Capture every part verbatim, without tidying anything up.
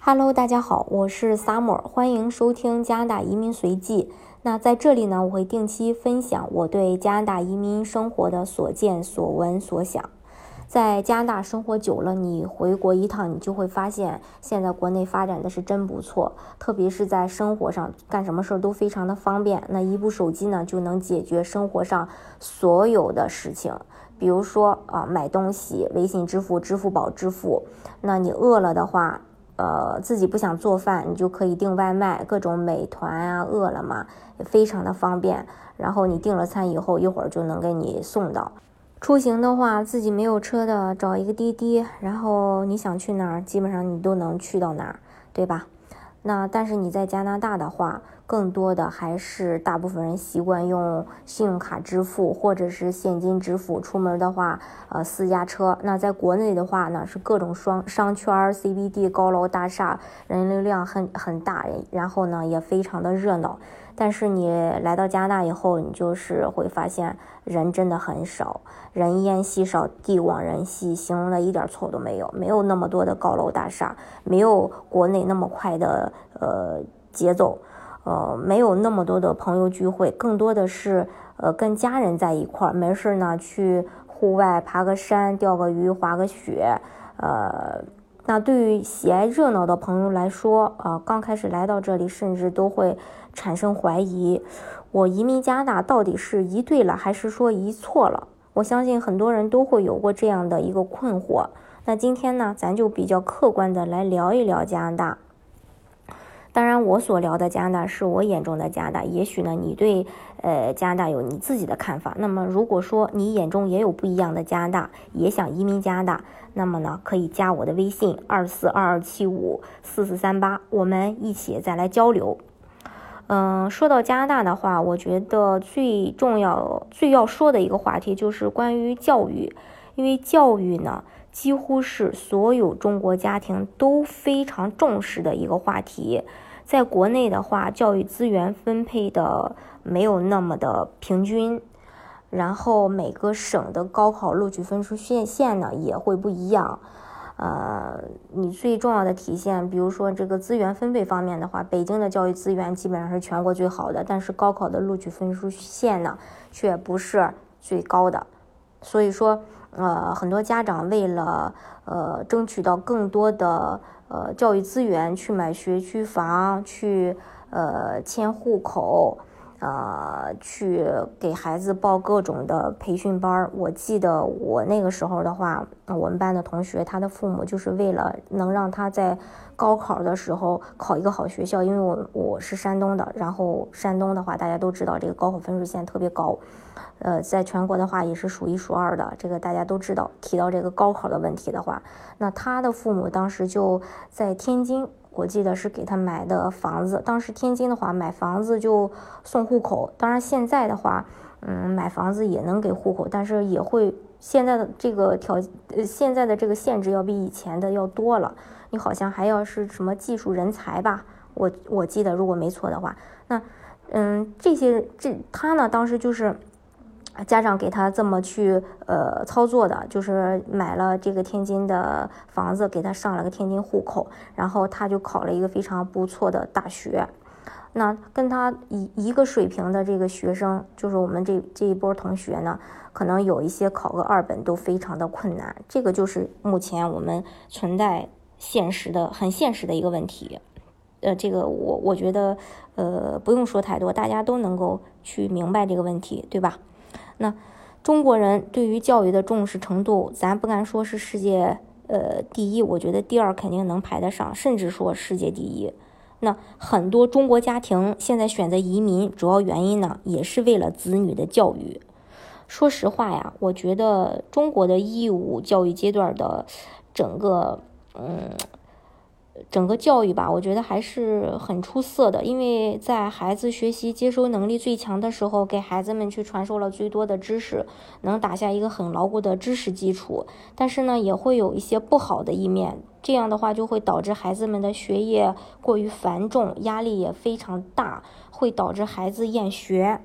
Hello，大家好，我是 Summer， 欢迎收听加拿大移民随记。那在这里呢，我会定期分享我对加拿大移民生活的所见所闻所想。在加拿大生活久了，你回国一趟，你就会发现现在国内发展的是真不错，特别是在生活上，干什么事都非常的方便。那一部手机呢，就能解决生活上所有的事情。比如说啊，买东西，微信支付、支付宝支付。那你饿了的话，呃，自己不想做饭，你就可以订外卖，各种美团啊、饿了么也非常的方便。然后你订了餐以后，一会儿就能给你送到。出行的话，自己没有车的，找一个滴滴，然后你想去哪儿，基本上你都能去到哪儿，对吧？那但是你在加拿大的话，更多的还是大部分人习惯用信用卡支付或者是现金支付。出门的话，呃，私家车。那在国内的话呢，是各种商商圈、C B D 高楼大厦，人流量很很大，然后呢也非常的热闹。但是你来到加拿大以后，你就是会发现人真的很少，人烟稀少，地广人稀，形容的一点错都没有，没有那么多的高楼大厦，没有国内那么快的呃节奏，呃，没有那么多的朋友聚会，更多的是呃跟家人在一块儿，没事呢去户外爬个山、钓个鱼、滑个雪，呃。那对于喜爱热闹的朋友来说，啊，刚开始来到这里，甚至都会产生怀疑：我移民加拿大到底是移对了，还是说移错了？我相信很多人都会有过这样的一个困惑。那今天呢，咱就比较客观的来聊一聊加拿大。当然，我所聊的加拿大是我眼中的加拿大，也许呢，你对呃加拿大有你自己的看法。那么，如果说你眼中也有不一样的加拿大，也想移民加拿大，那么呢，可以加我的微信二四二二七五四四三八，我们一起再来交流。嗯，说到加拿大的话，我觉得最重要、最要说的一个话题就是关于教育，因为教育呢，几乎是所有中国家庭都非常重视的一个话题。在国内的话，教育资源分配的没有那么的平均，然后每个省的高考录取分数线线呢也会不一样。呃，你最重要的体现，比如说这个资源分配方面的话，北京的教育资源基本上是全国最好的，但是高考的录取分数线呢却不是最高的。所以说，呃，很多家长为了呃争取到更多的呃教育资源，去买学区房，去呃迁户口，呃，去给孩子报各种的培训班。我记得我那个时候的话，我们班的同学，他的父母就是为了能让他在高考的时候考一个好学校，因为我我是山东的，然后山东的话，大家都知道这个高考分数线特别高。呃，在全国的话也是数一数二的，这个大家都知道。提到这个高考的问题的话，那他的父母当时就在天津，我记得是给他买的房子。当时天津的话，买房子就送户口。当然现在的话，嗯，买房子也能给户口，但是也会现在的这个条，呃，现在的这个限制要比以前的要多了。你好像还要是什么技术人才吧？我我记得如果没错的话，那嗯，这些这他呢，当时就是家长给他这么去呃操作的，就是买了这个天津的房子，给他上了个天津户口，然后他就考了一个非常不错的大学。那跟他一一个水平的这个学生，就是我们这这一波同学呢，可能有一些考个二本都非常的困难。这个就是目前我们存在现实的很现实的一个问题。呃，这个我我觉得呃不用说太多，大家都能够去明白这个问题，对吧？那中国人对于教育的重视程度，咱不敢说是世界呃第一，我觉得第二肯定能排得上，甚至说世界第一。那很多中国家庭现在选择移民，主要原因呢，也是为了子女的教育。说实话呀，我觉得中国的义务教育阶段的整个嗯。整个教育吧，我觉得还是很出色的，因为在孩子学习接收能力最强的时候，给孩子们去传授了最多的知识，能打下一个很牢固的知识基础。但是呢，也会有一些不好的一面，这样的话就会导致孩子们的学业过于繁重，压力也非常大，会导致孩子厌学。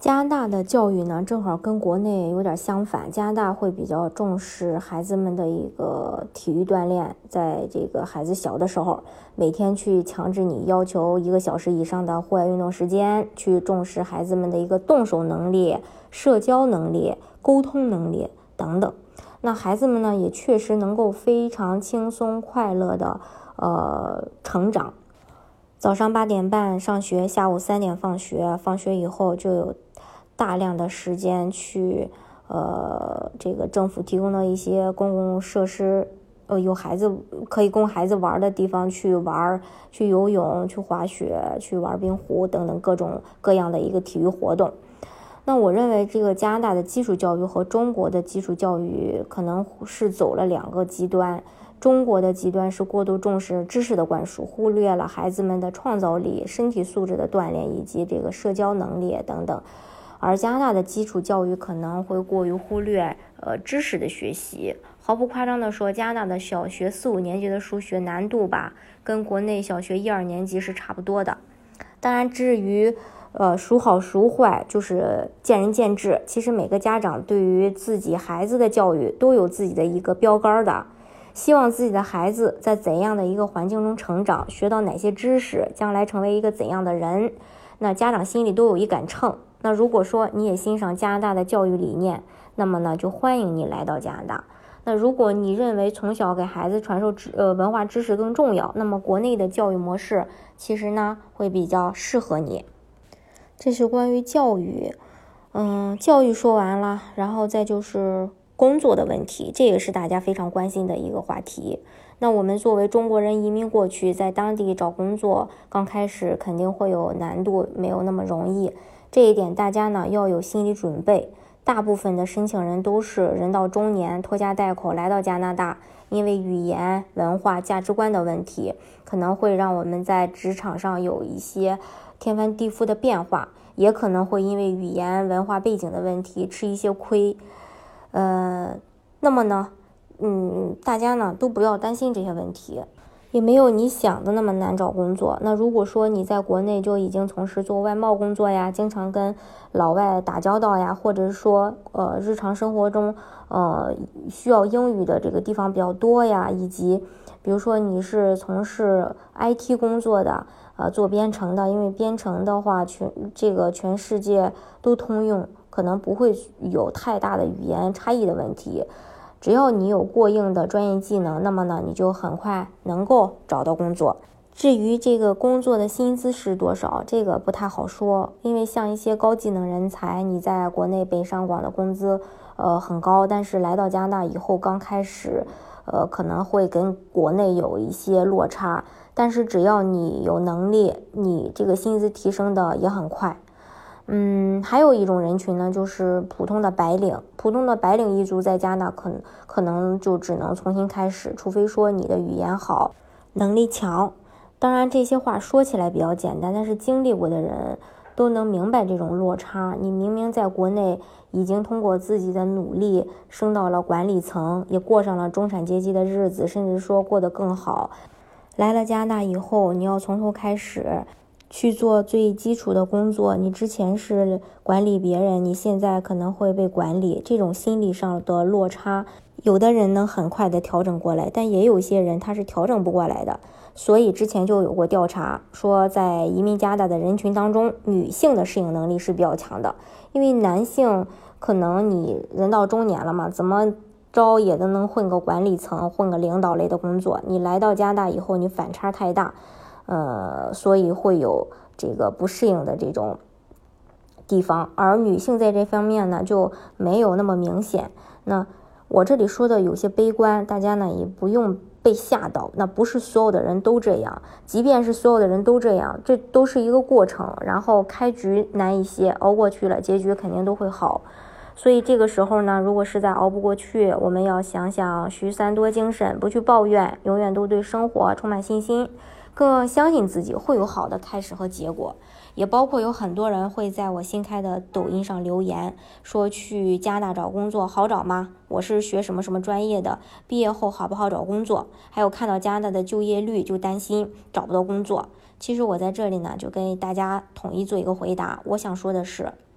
加拿大的教育呢，正好跟国内有点相反。加拿大会比较重视孩子们的一个体育锻炼，在这个孩子小的时候，每天去强制你要求一个小时以上的户外运动时间，去重视孩子们的一个动手能力、社交能力、沟通能力等等。那孩子们呢，也确实能够非常轻松快乐的呃成长。早上八点半上学，下午三点放学，放学以后就有大量的时间去呃这个政府提供的一些公共设施，呃有孩子可以供孩子玩的地方去玩，去游泳，去滑雪，去玩冰壶等等各种各样的一个体育活动。那我认为这个加拿大的基础教育和中国的基础教育可能是走了两个极端。中国的极端是过度重视知识的灌输，忽略了孩子们的创造力、身体素质的锻炼以及这个社交能力等等。而加拿大的基础教育可能会过于忽略呃知识的学习。毫不夸张地说，加拿大的小学四五年级的数学难度吧，跟国内小学一二年级是差不多的。当然，至于呃孰好孰坏，就是见仁见智。其实每个家长对于自己孩子的教育都有自己的一个标杆的。希望自己的孩子在怎样的一个环境中成长，学到哪些知识，将来成为一个怎样的人，那家长心里都有一杆秤。那如果说你也欣赏加拿大的教育理念，那么呢就欢迎你来到加拿大。那如果你认为从小给孩子传授知呃文化知识更重要，那么国内的教育模式其实呢会比较适合你。这是关于教育，嗯，教育说完了，然后再就是工作的问题，这也是大家非常关心的一个话题。那我们作为中国人移民过去，在当地找工作，刚开始肯定会有难度，没有那么容易。这一点大家呢要有心理准备。大部分的申请人都是人到中年，拖家带口来到加拿大，因为语言、文化、价值观的问题，可能会让我们在职场上有一些天翻地覆的变化，也可能会因为语言、文化背景的问题吃一些亏。呃，那么呢，嗯，大家呢都不要担心这些问题，也没有你想的那么难找工作。那如果说你在国内就已经从事做外贸工作呀，经常跟老外打交道呀，或者是说呃日常生活中呃需要英语的这个地方比较多呀，以及比如说你是从事 I T 工作的，呃做编程的，因为编程的话全这个全世界都通用，可能不会有太大的语言差异的问题。只要你有过硬的专业技能，那么呢，你就很快能够找到工作。至于这个工作的薪资是多少，这个不太好说，因为像一些高技能人才，你在国内北上广的工资呃很高，但是来到加拿大以后，刚开始呃可能会跟国内有一些落差，但是只要你有能力，你这个薪资提升的也很快。嗯，还有一种人群呢，就是普通的白领。普通的白领一族在加拿大可能可能就只能重新开始，除非说你的语言好，能力强。当然这些话说起来比较简单，但是经历过的人都能明白这种落差。你明明在国内已经通过自己的努力升到了管理层，也过上了中产阶级的日子，甚至说过得更好。来了加拿大以后，你要从头开始去做最基础的工作，你之前是管理别人，你现在可能会被管理，这种心理上的落差，有的人能很快的调整过来，但也有一些人他是调整不过来的。所以之前就有过调查说，在移民加拿大的人群当中，女性的适应能力是比较强的，因为男性可能你人到中年了嘛，怎么着也都能混个管理层，混个领导类的工作，你来到加拿大以后，你反差太大，呃，所以会有这个不适应的这种地方，而女性在这方面呢就没有那么明显。那我这里说的有些悲观，大家呢也不用被吓到，那不是所有的人都这样，即便是所有的人都这样，这都是一个过程，然后开局难一些，熬过去了，结局肯定都会好。所以这个时候呢，如果实在熬不过去，我们要想想徐三多精神，不去抱怨，永远都对生活充满信心，更相信自己会有好的开始和结果。也包括有很多人会在我新开的抖音上留言，说去加拿大找工作好找吗？我是学什么什么专业的，毕业后好不好找工作？还有看到加拿大的就业率就担心找不到工作。其实我在这里呢，就跟大家统一做一个回答。我想说的是，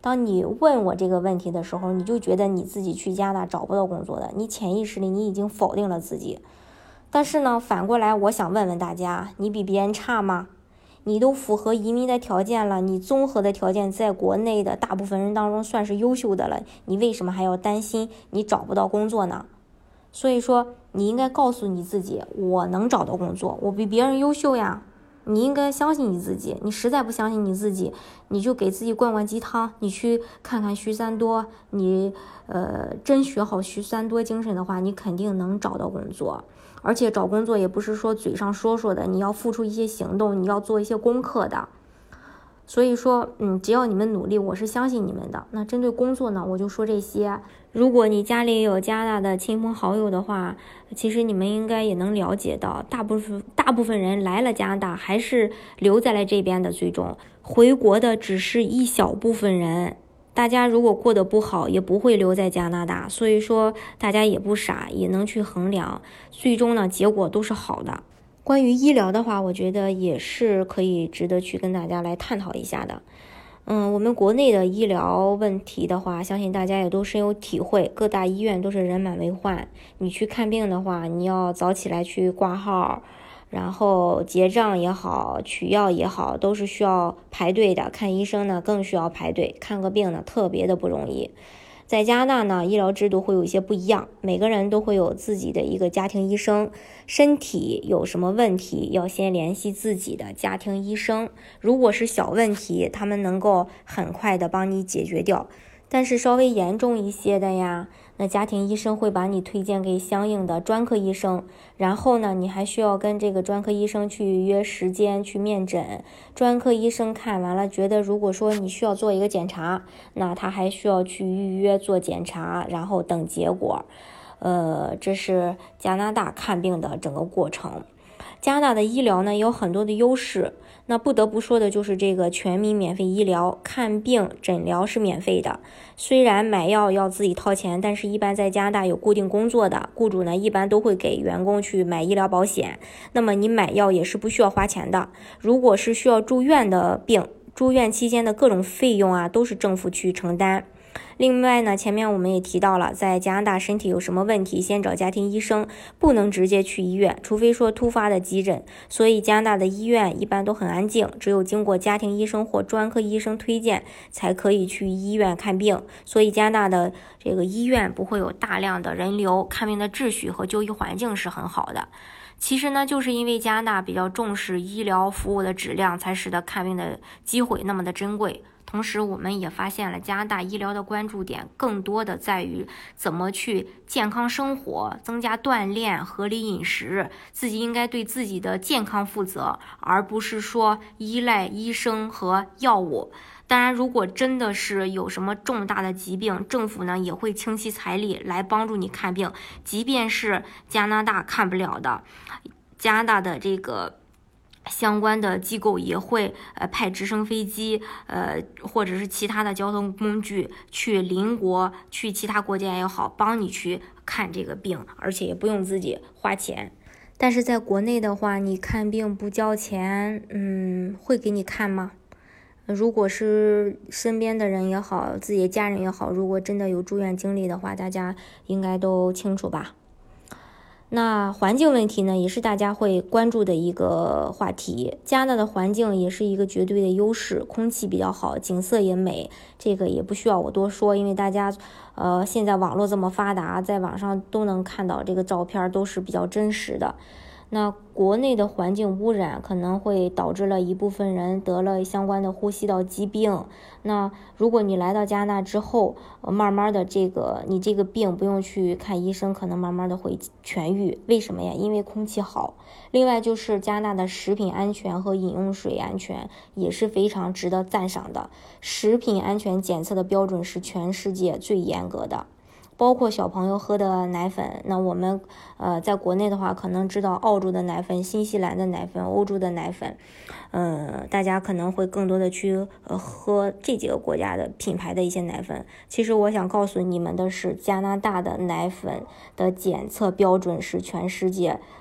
当你问我这个问题的时候，你就觉得你自己去加拿大找不到工作的，你潜意识里你已经否定了自己。但是呢，反过来我想问问大家，你比别人差吗？你都符合移民的条件了，你综合的条件在国内的大部分人当中算是优秀的了，你为什么还要担心你找不到工作呢？所以说你应该告诉你自己，我能找到工作，我比别人优秀呀。你应该相信你自己，你实在不相信你自己，你就给自己灌灌鸡汤，你去看看徐三多，你呃真学好徐三多精神的话，你肯定能找到工作。而且找工作也不是说嘴上说说的，你要付出一些行动，你要做一些功课的。所以说，嗯，只要你们努力，我是相信你们的。那针对工作呢，我就说这些。如果你家里有加拿大的亲朋好友的话，其实你们应该也能了解到，大部分大部分人来了加拿大，还是留在了这边的，最终回国的只是一小部分人。大家如果过得不好，也不会留在加拿大，所以说大家也不傻，也能去衡量，最终呢结果都是好的。关于医疗的话，我觉得也是可以值得去跟大家来探讨一下的。嗯，我们国内的医疗问题的话，相信大家也都深有体会，各大医院都是人满为患。你去看病的话，你要早起来去挂号，然后结账也好，取药也好，都是需要排队的。看医生呢更需要排队，看个病呢特别的不容易。在加拿大呢，医疗制度会有一些不一样，每个人都会有自己的一个家庭医生，身体有什么问题要先联系自己的家庭医生，如果是小问题，他们能够很快的帮你解决掉。但是稍微严重一些的呀，那家庭医生会把你推荐给相应的专科医生，然后呢，你还需要跟这个专科医生去约时间去面诊。专科医生看完了，觉得如果说你需要做一个检查，那他还需要去预约做检查，然后等结果。呃，这是加拿大看病的整个过程。加拿大的医疗呢有很多的优势，那不得不说的就是这个全民免费医疗，看病诊疗是免费的。虽然买药要自己掏钱，但是一般在加拿大有固定工作的雇主呢，一般都会给员工去买医疗保险。那么你买药也是不需要花钱的。如果是需要住院的病，住院期间的各种费用啊，都是政府去承担。另外呢，前面我们也提到了，在加拿大身体有什么问题，先找家庭医生，不能直接去医院，除非说突发的急诊。所以加拿大的医院一般都很安静，只有经过家庭医生或专科医生推荐，才可以去医院看病。所以加拿大的这个医院不会有大量的人流，看病的秩序和就医环境是很好的。其实呢，就是因为加拿大比较重视医疗服务的质量，才使得看病的机会那么的珍贵。同时我们也发现了加拿大医疗的关注点更多的在于怎么去健康生活，增加锻炼，合理饮食，自己应该对自己的健康负责，而不是说依赖医生和药物。当然，如果真的是有什么重大的疾病，政府呢也会倾其财力来帮助你看病，即便是加拿大看不了的，加拿大的这个相关的机构也会呃派直升飞机呃或者是其他的交通工具去邻国，去其他国家也好，帮你去看这个病，而且也不用自己花钱。但是在国内的话，你看病不交钱，嗯，会给你看吗？如果是身边的人也好，自己的家人也好，如果真的有住院经历的话，大家应该都清楚吧。那环境问题呢，也是大家会关注的一个话题。加拿大的环境也是一个绝对的优势，空气比较好，景色也美，这个也不需要我多说，因为大家呃现在网络这么发达，在网上都能看到这个照片，都是比较真实的。那国内的环境污染可能会导致了一部分人得了相关的呼吸道疾病。那如果你来到加拿大之后，呃，慢慢的这个你这个病不用去看医生，可能慢慢的会痊愈。为什么呀？因为空气好。另外就是加拿大的食品安全和饮用水安全也是非常值得赞赏的。食品安全检测的标准是全世界最严格的。包括小朋友喝的奶粉，那我们呃在国内的话，可能知道澳洲的奶粉、新西兰的奶粉、欧洲的奶粉，呃，大家可能会更多的去呃喝这几个国家的品牌的一些奶粉。其实我想告诉你们的是，加拿大的奶粉的检测标准是全世界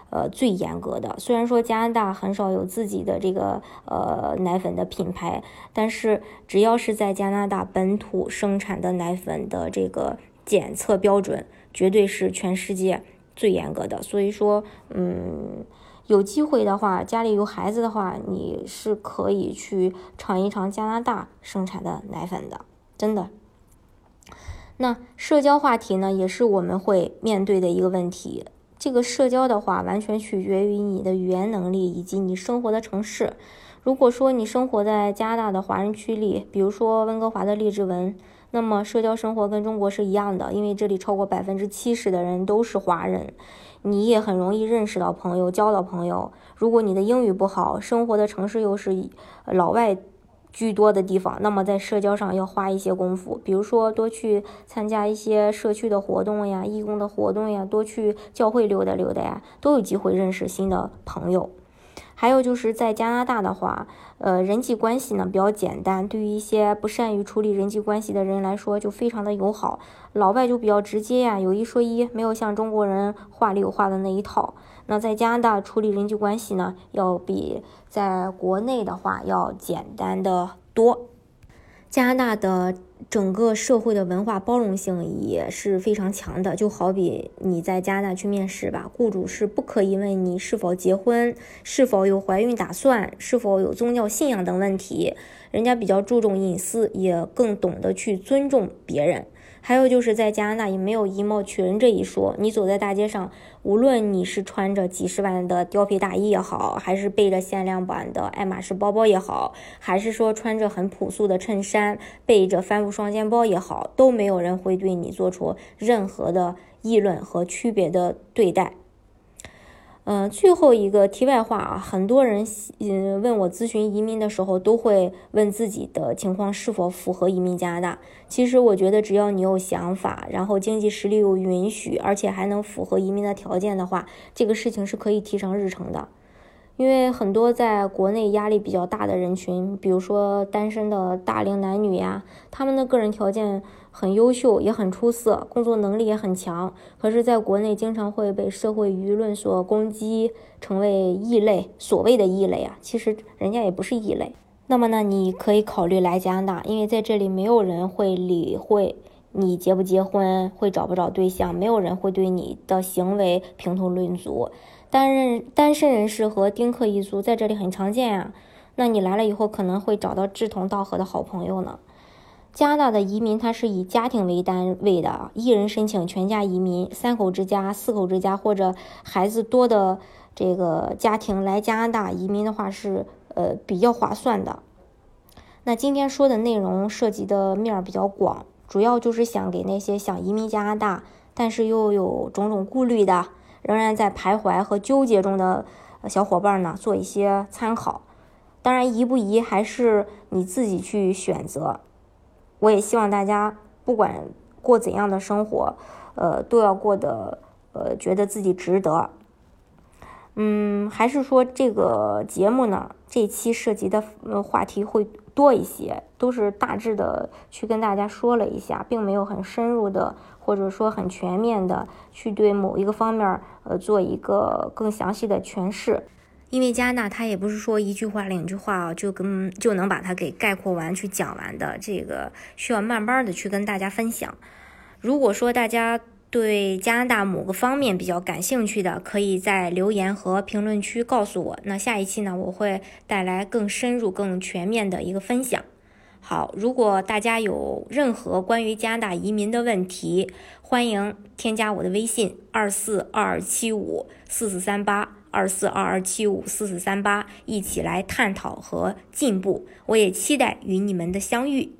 呃最严格的。虽然说加拿大很少有自己的这个呃奶粉的品牌，但是只要是在加拿大本土生产的奶粉的这个检测标准，绝对是全世界最严格的。所以说，嗯。有机会的话，家里有孩子的话，你是可以去尝一尝加拿大生产的奶粉的，真的。那社交话题呢，也是我们会面对的一个问题。这个社交的话，完全取决于你的语言能力以及你生活的城市。如果说你生活在加拿大的华人区里，比如说温哥华的列治文，那么社交生活跟中国是一样的，因为这里超过百分之七十的人都是华人。你也很容易认识到朋友，交到朋友。如果你的英语不好，生活的城市又是老外居多的地方，那么在社交上要花一些功夫，比如说多去参加一些社区的活动呀、义工的活动呀，多去教会溜达溜达呀，都有机会认识新的朋友。还有就是在加拿大的话，呃，人际关系呢比较简单，对于一些不善于处理人际关系的人来说就非常的友好。老外就比较直接呀，有一说一，没有像中国人话里有话的那一套。那在加拿大处理人际关系呢，要比在国内的话要简单的多。加拿大的整个社会的文化包容性也是非常强的，就好比你在加拿大去面试吧，雇主是不可以问你是否结婚、是否有怀孕打算、是否有宗教信仰等问题，人家比较注重隐私，也更懂得去尊重别人。还有就是在加拿大也没有以貌取人这一说，你走在大街上，无论你是穿着几十万的貂皮大衣也好，还是背着限量版的爱马仕包包也好，还是说穿着很朴素的衬衫，背着帆布双肩包也好，都没有人会对你做出任何的议论和区别的对待。嗯、呃，最后一个题外话啊，很多人嗯问我咨询移民的时候，都会问自己的情况是否符合移民加拿大。其实我觉得，只要你有想法，然后经济实力又允许，而且还能符合移民的条件的话，这个事情是可以提上日程的。因为很多在国内压力比较大的人群，比如说单身的大龄男女呀，他们的个人条件很优秀，也很出色，工作能力也很强，可是在国内经常会被社会舆论所攻击，成为异类，所谓的异类啊，其实人家也不是异类。那么呢，你可以考虑来加拿大，因为在这里没有人会理会你结不结婚，会找不找对象，没有人会对你的行为评头论足。单人单身人士和丁克一族在这里很常见呀，那你来了以后可能会找到志同道合的好朋友呢。加拿大的移民它是以家庭为单位的，一人申请全家移民，三口之家、四口之家或者孩子多的这个家庭来加拿大移民的话是呃比较划算的。那今天说的内容涉及的面比较广，主要就是想给那些想移民加拿大但是又有种种顾虑的，仍然在徘徊和纠结中的小伙伴呢做一些参考。当然移不移还是你自己去选择，我也希望大家不管过怎样的生活，呃，都要过得呃觉得自己值得。嗯，还是说这个节目呢，这期涉及的呃话题会多一些，都是大致的去跟大家说了一下，并没有很深入的或者说很全面的去对某一个方面呃做一个更详细的诠释。因为加拿大它也不是说一句话两句话啊就跟就能把它给概括完去讲完的，这个需要慢慢的去跟大家分享。如果说大家对加拿大某个方面比较感兴趣的，可以在留言和评论区告诉我，那下一期呢我会带来更深入更全面的一个分享。好，如果大家有任何关于加拿大移民的问题，欢迎添加我的微信二四二二七五四四三八二四二二七五四四三八，一起来探讨和进步。我也期待与你们的相遇。